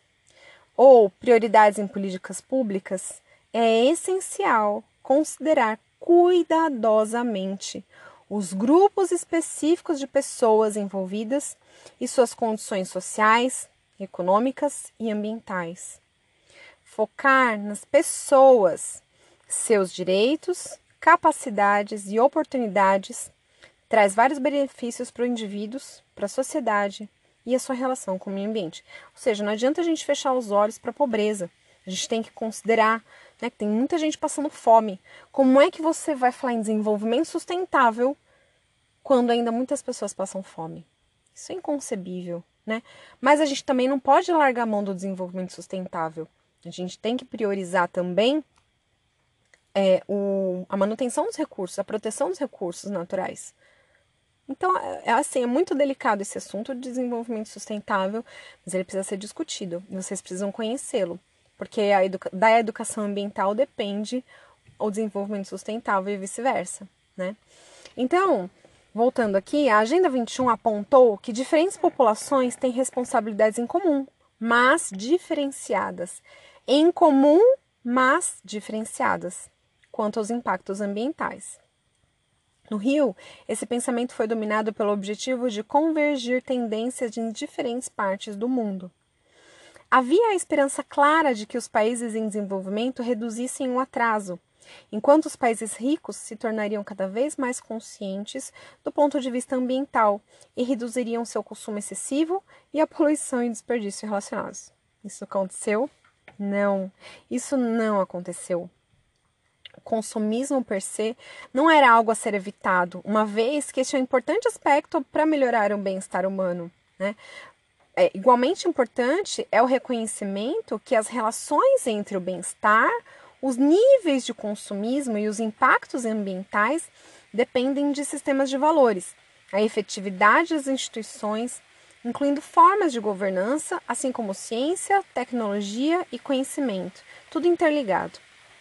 ou prioridades em políticas públicas, é essencial considerar cuidadosamente os grupos específicos de pessoas envolvidas e suas condições sociais, econômicas e ambientais. Focar nas pessoas, seus direitos, capacidades e oportunidades traz vários benefícios para o indivíduo, para a sociedade e a sua relação com o meio ambiente. Ou seja, não adianta a gente fechar os olhos para a pobreza. A gente tem que considerar, né, que tem muita gente passando fome. Como é que você vai falar em desenvolvimento sustentável quando ainda muitas pessoas passam fome? Isso é inconcebível, né? Mas a gente também não pode largar a mão do desenvolvimento sustentável. A gente tem que priorizar também é, o, a manutenção dos recursos, a proteção dos recursos naturais. Então, é, assim, é muito delicado esse assunto de desenvolvimento sustentável, mas ele precisa ser discutido. Vocês precisam conhecê-lo, porque a educa- da educação ambiental depende o desenvolvimento sustentável e vice-versa, né? Então, voltando aqui, a Agenda vinte e um apontou que diferentes populações têm responsabilidades em comum, mas diferenciadas. Em comum, mas diferenciadas, quanto aos impactos ambientais. No Rio, esse pensamento foi dominado pelo objetivo de convergir tendências em diferentes partes do mundo. Havia a esperança clara de que os países em desenvolvimento reduzissem o atraso, enquanto os países ricos se tornariam cada vez mais conscientes do ponto de vista ambiental e reduziriam seu consumo excessivo e a poluição e desperdício relacionados. Isso aconteceu? Não, isso não aconteceu. O consumismo per se não era algo a ser evitado, uma vez que este é um importante aspecto para melhorar o bem-estar humano, né? É, igualmente importante é o reconhecimento que as relações entre o bem-estar, os níveis de consumismo e os impactos ambientais dependem de sistemas de valores, a efetividade das instituições, incluindo formas de governança, assim como ciência, tecnologia e conhecimento, tudo interligado.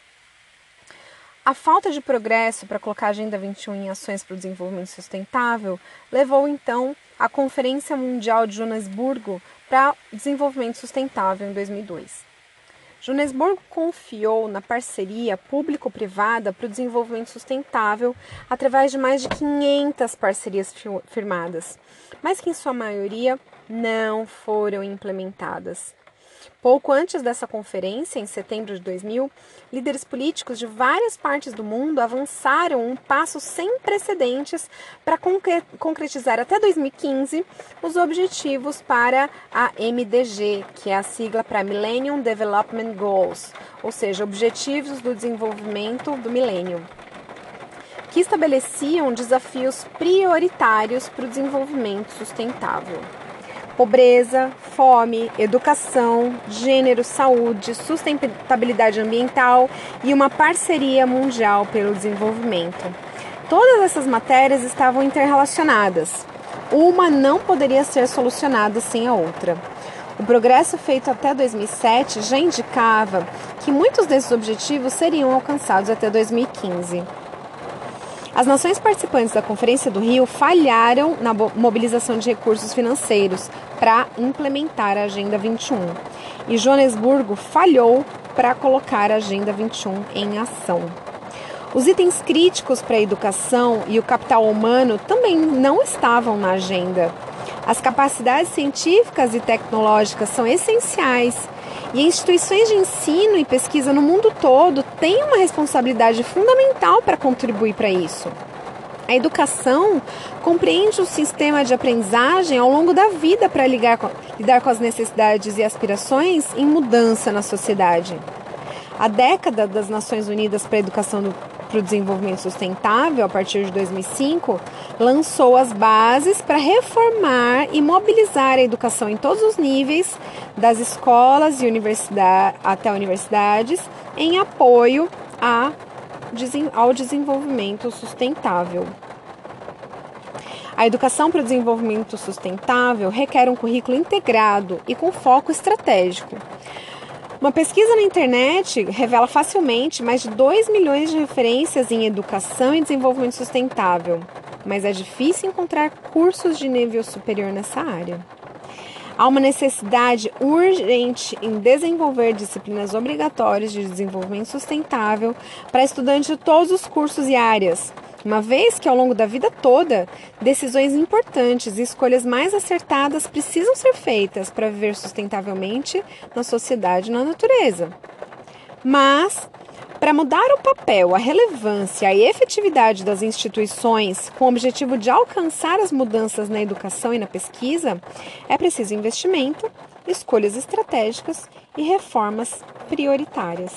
A falta de progresso para colocar a Agenda vinte e um em ações para o desenvolvimento sustentável levou, então, à Conferência Mundial de Joanesburgo para Desenvolvimento Sustentável em dois mil e dois. Joanesburgo confiou na parceria público-privada para o desenvolvimento sustentável através de mais de quinhentas parcerias firmadas, mas que, em sua maioria, não foram implementadas. Pouco antes dessa conferência, em setembro de dois mil, líderes políticos de várias partes do mundo avançaram um passo sem precedentes para concretizar até dois mil e quinze os objetivos para a M D G, que é a sigla para Millennium Development Goals, ou seja, Objetivos do Desenvolvimento do Milênio, que estabeleciam desafios prioritários para o desenvolvimento sustentável. Pobreza, fome, educação, gênero, saúde, sustentabilidade ambiental e uma parceria mundial pelo desenvolvimento. Todas essas matérias estavam interrelacionadas. Uma não poderia ser solucionada sem a outra. O progresso feito até dois mil e sete já indicava que muitos desses objetivos seriam alcançados até dois mil e quinze. As nações participantes da Conferência do Rio falharam na mobilização de recursos financeiros para implementar a Agenda vinte e um. E Joanesburgo falhou para colocar a Agenda vinte e um em ação. Os itens críticos para a educação e o capital humano também não estavam na agenda. As capacidades científicas e tecnológicas são essenciais e instituições de ensino e pesquisa no mundo todo têm uma responsabilidade fundamental para contribuir para isso. A educação compreende o sistema de aprendizagem ao longo da vida para lidar com as necessidades e aspirações em mudança na sociedade. A década das Nações Unidas para a Educação para o Desenvolvimento Sustentável, a partir de dois mil e cinco, lançou as bases para reformar e mobilizar a educação em todos os níveis, das escolas e universidade, até universidades, em apoio a ao desenvolvimento sustentável. A educação para o desenvolvimento sustentável requer um currículo integrado e com foco estratégico. Uma pesquisa na internet revela facilmente mais de dois milhões de referências em educação e desenvolvimento sustentável, mas é difícil encontrar cursos de nível superior nessa área. Há uma necessidade urgente em desenvolver disciplinas obrigatórias de desenvolvimento sustentável para estudantes de todos os cursos e áreas, uma vez que ao longo da vida toda, decisões importantes e escolhas mais acertadas precisam ser feitas para viver sustentavelmente na sociedade e na natureza. Mas, para mudar o papel, a relevância e a efetividade das instituições com o objetivo de alcançar as mudanças na educação e na pesquisa, é preciso investimento, escolhas estratégicas e reformas prioritárias.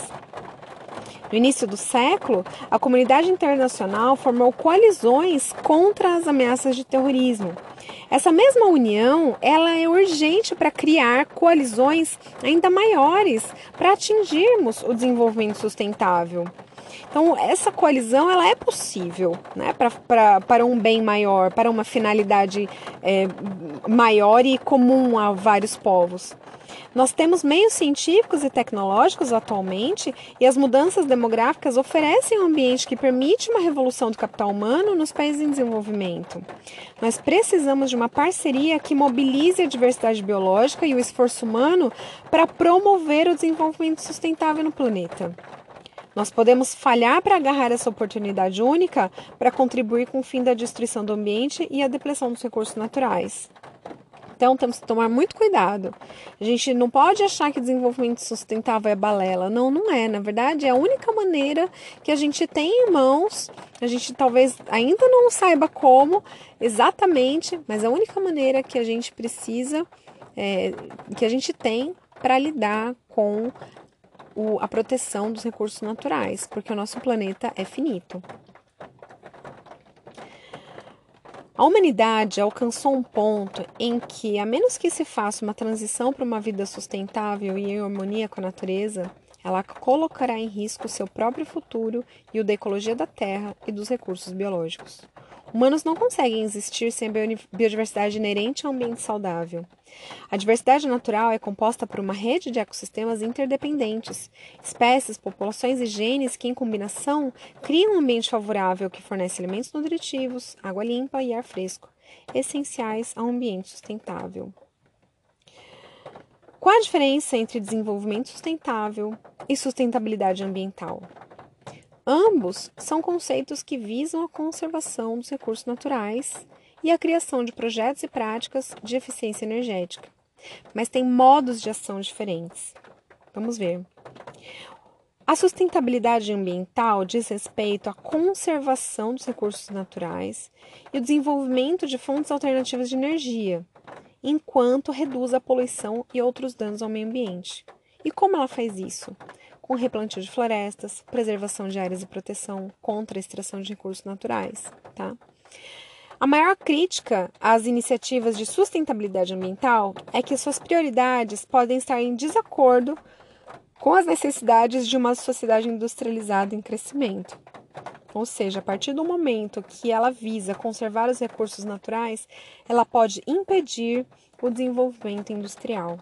No início do século, a comunidade internacional formou coalizões contra as ameaças de terrorismo. Essa mesma união, ela é urgente para criar coalizões ainda maiores para atingirmos o desenvolvimento sustentável. Então, essa coalizão ela é possível, né, pra, pra, para um bem maior, para uma finalidade é, maior e comum a vários povos. Nós temos meios científicos e tecnológicos atualmente e as mudanças demográficas oferecem um ambiente que permite uma revolução do capital humano nos países em desenvolvimento. Nós precisamos de uma parceria que mobilize a diversidade biológica e o esforço humano para promover o desenvolvimento sustentável no planeta. Nós podemos falhar para agarrar essa oportunidade única para contribuir com o fim da destruição do ambiente e a depleção dos recursos naturais. Então, temos que tomar muito cuidado. A gente não pode achar que desenvolvimento sustentável é balela. Não, não é. Na verdade, é a única maneira que a gente tem em mãos. A gente talvez ainda não saiba como exatamente, mas é a única maneira que a gente precisa, é, que a gente tem para lidar com o, a proteção dos recursos naturais, porque o nosso planeta é finito. A humanidade alcançou um ponto em que, a menos que se faça uma transição para uma vida sustentável e em harmonia com a natureza, ela colocará em risco seu próprio futuro e o da ecologia da Terra e dos recursos biológicos. Humanos não conseguem existir sem a biodiversidade inerente ao ambiente saudável. A diversidade natural é composta por uma rede de ecossistemas interdependentes, espécies, populações e genes que, em combinação, criam um ambiente favorável que fornece alimentos nutritivos, água limpa e ar fresco, essenciais a um ambiente sustentável. Qual a diferença entre desenvolvimento sustentável e sustentabilidade ambiental? Ambos são conceitos que visam a conservação dos recursos naturais e a criação de projetos e práticas de eficiência energética, mas têm modos de ação diferentes. Vamos ver. A sustentabilidade ambiental diz respeito à conservação dos recursos naturais e o desenvolvimento de fontes alternativas de energia, enquanto reduz a poluição e outros danos ao meio ambiente. E como ela faz isso? Com replantio de florestas, preservação de áreas e proteção contra a extração de recursos naturais, tá? A maior crítica às iniciativas de sustentabilidade ambiental é que suas prioridades podem estar em desacordo com as necessidades de uma sociedade industrializada em crescimento. Ou seja, a partir do momento que ela visa conservar os recursos naturais, ela pode impedir o desenvolvimento industrial.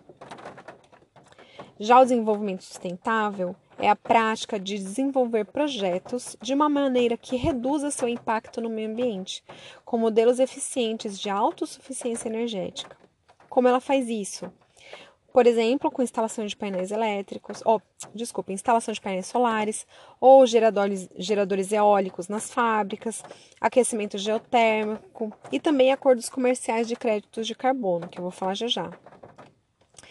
Já o desenvolvimento sustentável é a prática de desenvolver projetos de uma maneira que reduza seu impacto no meio ambiente, com modelos eficientes de autossuficiência energética. Como ela faz isso? Por exemplo, com instalação de painéis elétricos, ou, desculpa, instalação de painéis solares, ou geradores, geradores eólicos nas fábricas, aquecimento geotérmico e também acordos comerciais de créditos de carbono, que eu vou falar já já.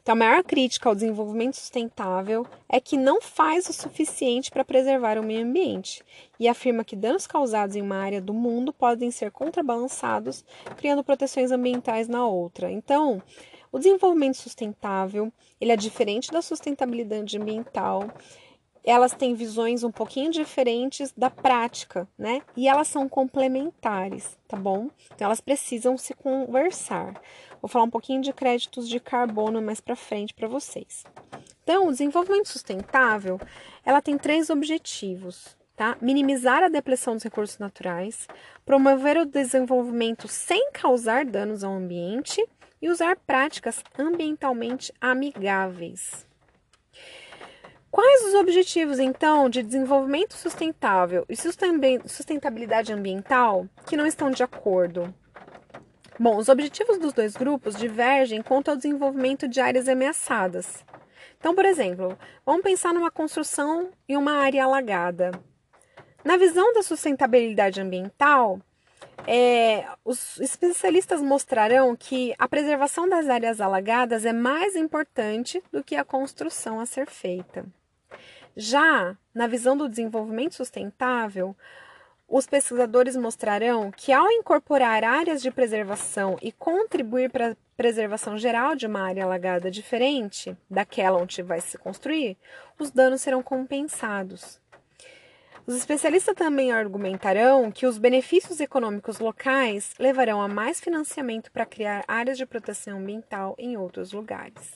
Então, a maior crítica ao desenvolvimento sustentável é que não faz o suficiente para preservar o meio ambiente e afirma que danos causados em uma área do mundo podem ser contrabalançados, criando proteções ambientais na outra. Então, o desenvolvimento sustentável, ele é diferente da sustentabilidade ambiental. Elas têm visões um pouquinho diferentes da prática, né? E elas são complementares, tá bom? Então, elas precisam se conversar. Vou falar um pouquinho de créditos de carbono mais para frente para vocês. Então, o desenvolvimento sustentável, ela tem três objetivos, tá? Minimizar a depleção dos recursos naturais, promover o desenvolvimento sem causar danos ao ambiente e usar práticas ambientalmente amigáveis. Quais os objetivos, então, de desenvolvimento sustentável e sustentabilidade ambiental que não estão de acordo? Bom, os objetivos dos dois grupos divergem quanto ao desenvolvimento de áreas ameaçadas. Então, por exemplo, vamos pensar numa construção em uma área alagada. Na visão da sustentabilidade ambiental, é, os especialistas mostrarão que a preservação das áreas alagadas é mais importante do que a construção a ser feita. Já na visão do desenvolvimento sustentável, os pesquisadores mostrarão que, ao incorporar áreas de preservação e contribuir para a preservação geral de uma área alagada diferente daquela onde vai se construir, os danos serão compensados. Os especialistas também argumentarão que os benefícios econômicos locais levarão a mais financiamento para criar áreas de proteção ambiental em outros lugares.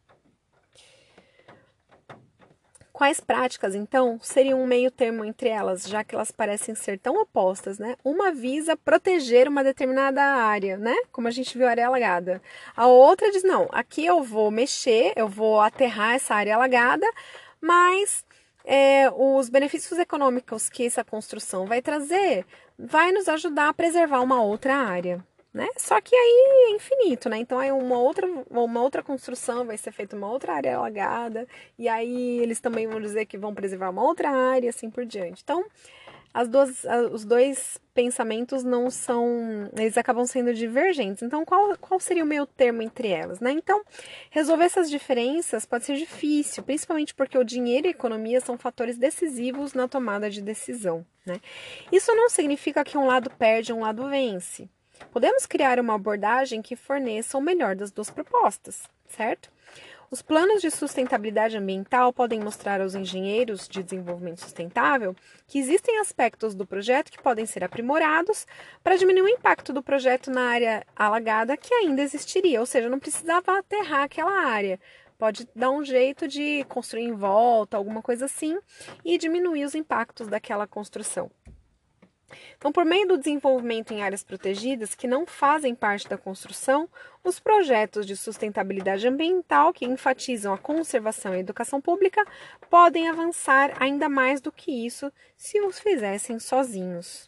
Quais práticas, então, seriam um meio termo entre elas, já que elas parecem ser tão opostas, né? Uma visa proteger uma determinada área, né? Como a gente viu a área alagada. A outra diz, não, aqui eu vou mexer, eu vou aterrar essa área alagada, mas é, os benefícios econômicos que essa construção vai trazer vai nos ajudar a preservar uma outra área. Né? Só que aí é infinito, né? Então aí uma outra, uma outra construção vai ser feita uma outra área alagada, e aí eles também vão dizer que vão preservar uma outra área, assim por diante. Então, as duas, os dois pensamentos não são, eles acabam sendo divergentes. Então, qual, qual seria o meio termo entre elas, né? Então, resolver essas diferenças pode ser difícil, principalmente porque o dinheiro e a economia são fatores decisivos na tomada de decisão, né? Isso não significa que um lado perde e um lado vence. Podemos criar uma abordagem que forneça o melhor das duas propostas, certo? Os planos de sustentabilidade ambiental podem mostrar aos engenheiros de desenvolvimento sustentável que existem aspectos do projeto que podem ser aprimorados para diminuir o impacto do projeto na área alagada que ainda existiria, ou seja, não precisava aterrar aquela área. Pode dar um jeito de construir em volta, alguma coisa assim, e diminuir os impactos daquela construção. Então, por meio do desenvolvimento em áreas protegidas que não fazem parte da construção, os projetos de sustentabilidade ambiental que enfatizam a conservação e a educação pública podem avançar ainda mais do que isso se os fizessem sozinhos.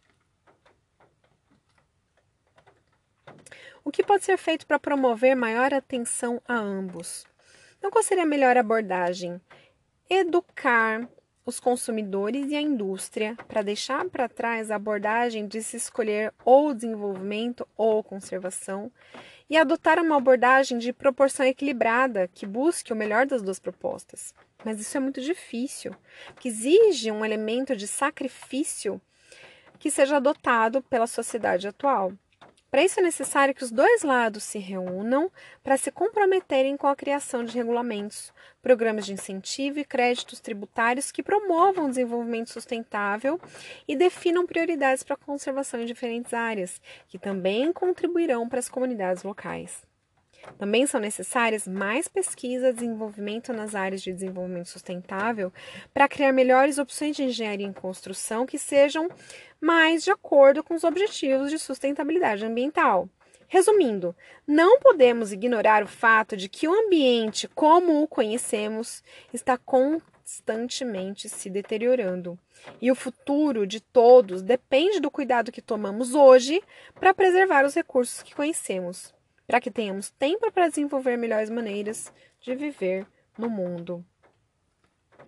O que pode ser feito para promover maior atenção a ambos? Então, qual seria a melhor abordagem? Educar os consumidores e a indústria para deixar para trás a abordagem de se escolher ou desenvolvimento ou conservação e adotar uma abordagem de proporção equilibrada que busque o melhor das duas propostas. Mas isso é muito difícil, que exige um elemento de sacrifício que seja adotado pela sociedade atual. Para isso é necessário que os dois lados se reúnam para se comprometerem com a criação de regulamentos, programas de incentivo e créditos tributários que promovam o desenvolvimento sustentável e definam prioridades para a conservação em diferentes áreas, que também contribuirão para as comunidades locais. Também são necessárias mais pesquisa e desenvolvimento nas áreas de desenvolvimento sustentável para criar melhores opções de engenharia em construção que sejam mais de acordo com os objetivos de sustentabilidade ambiental. Resumindo, não podemos ignorar o fato de que o ambiente, como o conhecemos, está constantemente se deteriorando. E o futuro de todos depende do cuidado que tomamos hoje para preservar os recursos que conhecemos, para que tenhamos tempo para desenvolver melhores maneiras de viver no mundo.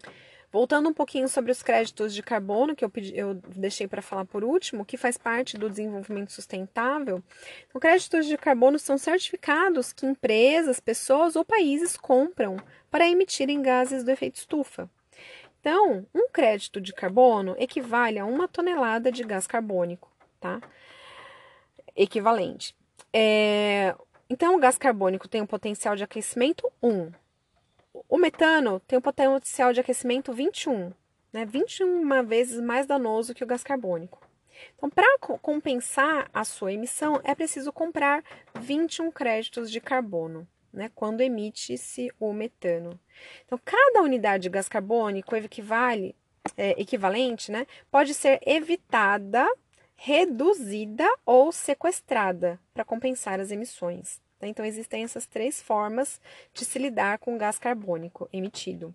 Voltando um pouquinho sobre os créditos de carbono, que eu, pedi, eu deixei para falar por último, que faz parte do desenvolvimento sustentável. Então, créditos de carbono são certificados que empresas, pessoas ou países compram para emitirem gases do efeito estufa. Então, um crédito de carbono equivale a uma tonelada de gás carbônico, tá? Equivalente. É, então, o gás carbônico tem um potencial de aquecimento um. O metano tem um potencial de aquecimento vinte e um, né? vinte e uma vezes mais danoso que o gás carbônico. Então, para compensar a sua emissão, é preciso comprar vinte e um créditos de carbono, né? Quando emite-se o metano. Então, cada unidade de gás carbônico equivale, é, equivalente, né? Pode ser evitada, reduzida ou sequestrada para compensar as emissões. Então, existem essas três formas de se lidar com o gás carbônico emitido.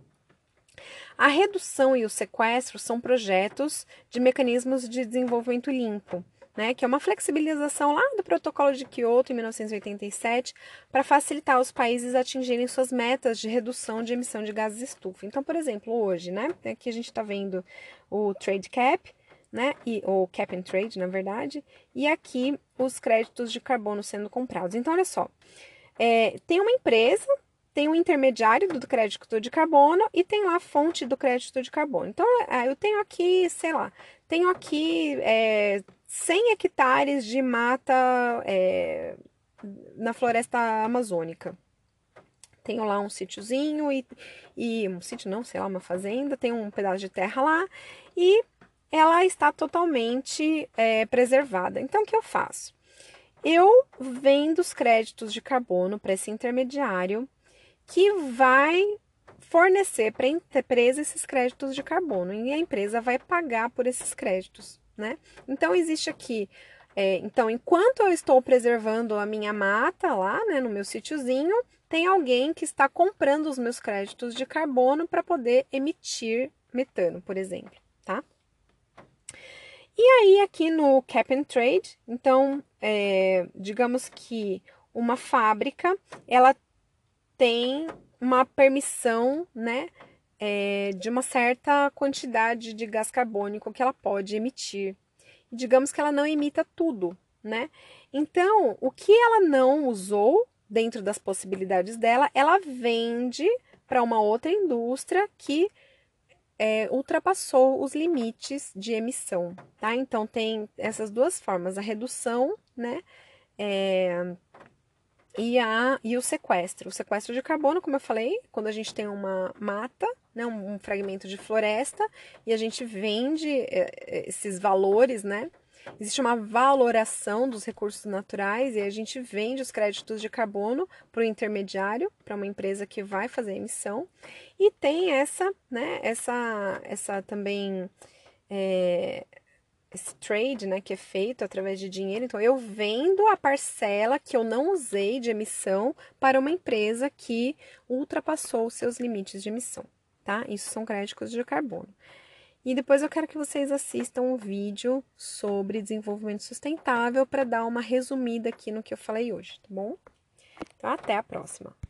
A redução e o sequestro são projetos de mecanismos de desenvolvimento limpo, né, que é uma flexibilização lá do Protocolo de Quioto, em mil novecentos e oitenta e sete, para facilitar os países atingirem suas metas de redução de emissão de gases estufa. Então, por exemplo, hoje, né, aqui a gente está vendo o Trade Cap, né, e, ou Cap and Trade, na verdade, e aqui os créditos de carbono sendo comprados. Então, olha só, é, tem uma empresa, tem um intermediário do crédito de carbono e tem lá a fonte do crédito de carbono. Então, eu tenho aqui, sei lá, tenho aqui é, cem hectares de mata é, na floresta amazônica. Tenho lá um sítiozinho e, e um sítio não, sei lá, uma fazenda, tem um pedaço de terra lá e ela está totalmente é, preservada. Então, o que eu faço? Eu vendo os créditos de carbono para esse intermediário que vai fornecer para a empresa esses créditos de carbono e a empresa vai pagar por esses créditos, né? Então, existe aqui, é, então, enquanto eu estou preservando a minha mata lá, né, no meu sítiozinho, tem alguém que está comprando os meus créditos de carbono para poder emitir metano, por exemplo, tá? E aí, aqui no Cap and Trade, então, é, digamos que uma fábrica, ela tem uma permissão, né, é, de uma certa quantidade de gás carbônico que ela pode emitir. Digamos que ela não emita tudo, né? Então, o que ela não usou dentro das possibilidades dela, ela vende para uma outra indústria que É, ultrapassou os limites de emissão, tá? Então, tem essas duas formas, a redução, né, é, e, a, e o sequestro. O sequestro de carbono, como eu falei, quando a gente tem uma mata, né, um, um fragmento de floresta, e a gente vende é, esses valores, né, existe uma valoração dos recursos naturais e a gente vende os créditos de carbono para o intermediário, para uma empresa que vai fazer a emissão. E tem essa, né, essa, essa também, é, esse trade, né, que é feito através de dinheiro. Então, eu vendo a parcela que eu não usei de emissão para uma empresa que ultrapassou os seus limites de emissão, tá? Isso são créditos de carbono. E depois eu quero que vocês assistam um vídeo sobre desenvolvimento sustentável para dar uma resumida aqui no que eu falei hoje, tá bom? Então, até a próxima!